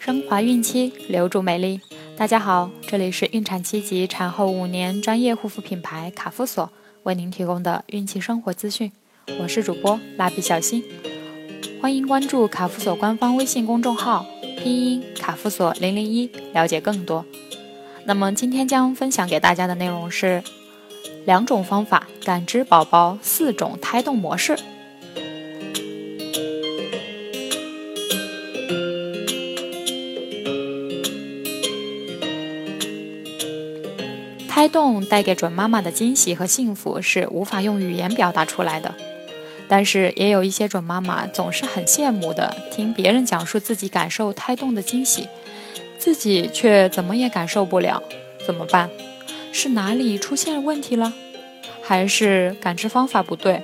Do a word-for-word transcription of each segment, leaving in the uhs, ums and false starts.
升华孕期，留住美丽。大家好，这里是孕产期及产后五年专业护肤品牌卡夫索为您提供的孕期生活资讯，我是主播蜡笔小新，欢迎关注卡夫索官方微信公众号拼音卡夫索零零一，了解更多。那么今天将分享给大家的内容是两种方法感知宝宝四种胎动模式。胎动带给准妈妈的惊喜和幸福是无法用语言表达出来的，但是也有一些准妈妈总是很羡慕的听别人讲述自己感受胎动的惊喜，自己却怎么也感受不了，怎么办？是哪里出现问题了？还是感知方法不对？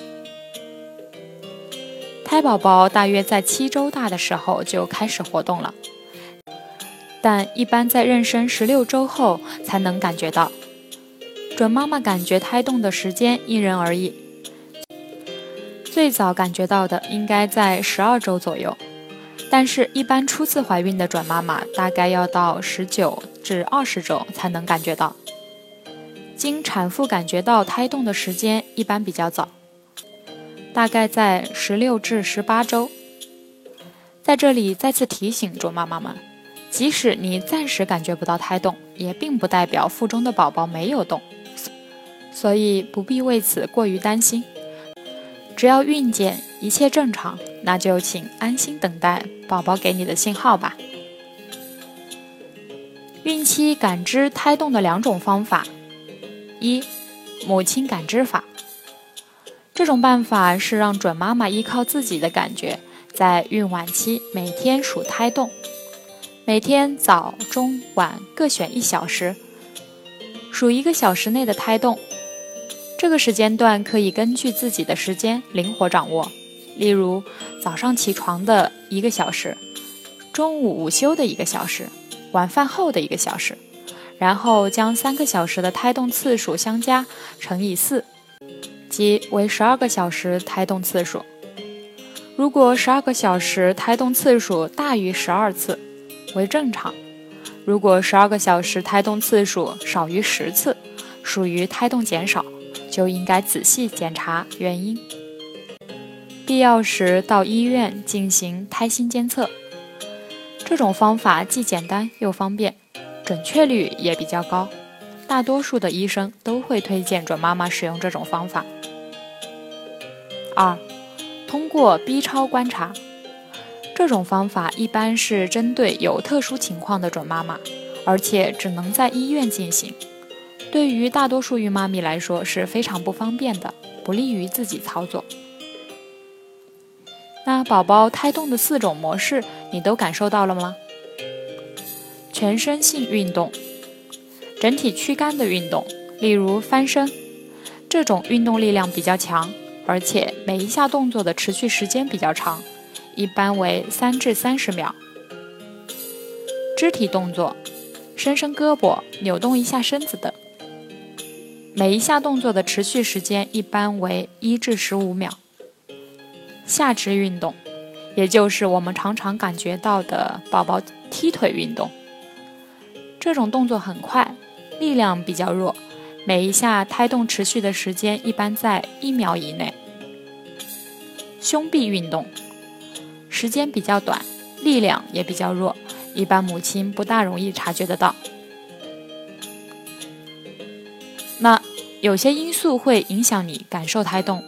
胎宝宝大约在七周大的时候就开始活动了，但一般在妊娠十六周后才能感觉到。准妈妈感觉胎动的时间因人而异，最早感觉到的应该在十二周左右，但是一般初次怀孕的准妈妈大概要到十九至二十周才能感觉到。经产妇感觉到胎动的时间一般比较早，大概在十六至十八周。在这里再次提醒准妈妈们，即使你暂时感觉不到胎动，也并不代表腹中的宝宝没有动，所以不必为此过于担心。只要孕检一切正常，那就请安心等待宝宝给你的信号吧。孕期感知胎动的两种方法：一、母亲感知法。这种办法是让准妈妈依靠自己的感觉，在孕晚期每天数胎动，每天早、中、晚各选一小时，数一个小时内的胎动。这个时间段可以根据自己的时间灵活掌握，例如早上起床的一个小时，中午午休的一个小时，晚饭后的一个小时，然后将三个小时的胎动次数相加乘以四，即为十二个小时胎动次数。如果十二个小时胎动次数大于十二次为正常，如果十二个小时胎动次数少于十次，属于胎动减少，就应该仔细检查原因，必要时到医院进行胎心监测。这种方法既简单又方便，准确率也比较高，大多数的医生都会推荐准妈妈使用这种方法。二、通过 B 超观察。这种方法一般是针对有特殊情况的准妈妈，而且只能在医院进行。对于大多数孕妈咪来说是非常不方便的，不利于自己操作。那宝宝胎动的四种模式你都感受到了吗？全身性运动，整体躯干的运动，例如翻身，这种运动力量比较强，而且每一下动作的持续时间比较长，一般为三至三十秒。肢体动作，伸伸胳膊，扭动一下身子等，每一下动作的持续时间一般为一至十五秒。下肢运动，也就是我们常常感觉到的宝宝踢腿运动，这种动作很快，力量比较弱，每一下胎动持续的时间一般在一秒以内。胸臂运动，时间比较短，力量也比较弱，一般母亲不大容易察觉得到。那有些因素会影响你感受胎动。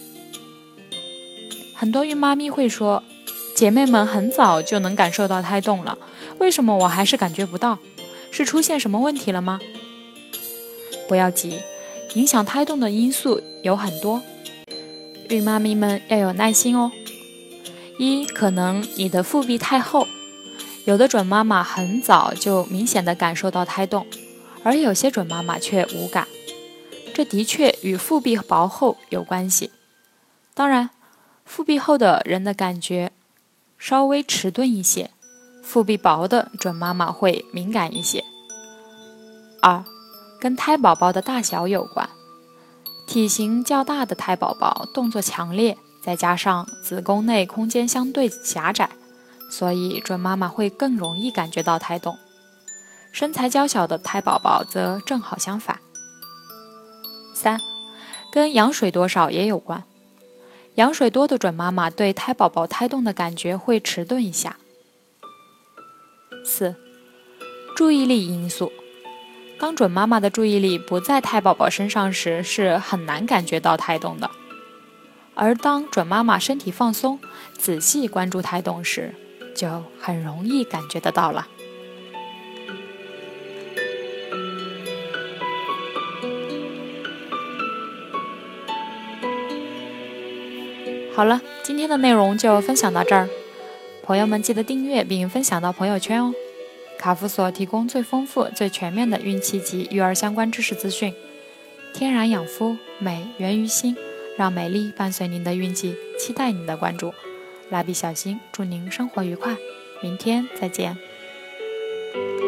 很多孕妈咪会说，姐妹们很早就能感受到胎动了，为什么我还是感觉不到？是出现什么问题了吗？不要急，影响胎动的因素有很多，孕妈咪们要有耐心哦。一，可能你的腹壁太厚，有的准妈妈很早就明显的感受到胎动，而有些准妈妈却无感，这的确与腹壁薄厚有关系。当然，腹壁厚的人的感觉稍微迟钝一些，腹壁薄的准妈妈会敏感一些。二，跟胎宝宝的大小有关，体型较大的胎宝宝动作强烈，再加上子宫内空间相对狭窄， 所以准妈妈会更容易感觉到胎动。身材娇小的胎宝宝则正好相反。三，跟羊水多少也有关。羊水多的准妈妈对胎宝宝胎动的感觉会迟钝一下。四，注意力因素。当准妈妈的注意力不在胎宝宝身上时，是很难感觉到胎动的。而当准妈妈身体放松，仔细关注胎动时，就很容易感觉得到了。好了，今天的内容就分享到这儿，朋友们记得订阅并分享到朋友圈哦。卡夫所提供最丰富、最全面的孕期及育儿相关知识资讯，天然养肤，美源于心，让美丽伴随您的孕期，期待您的关注。蜡笔小新，祝您生活愉快，明天再见。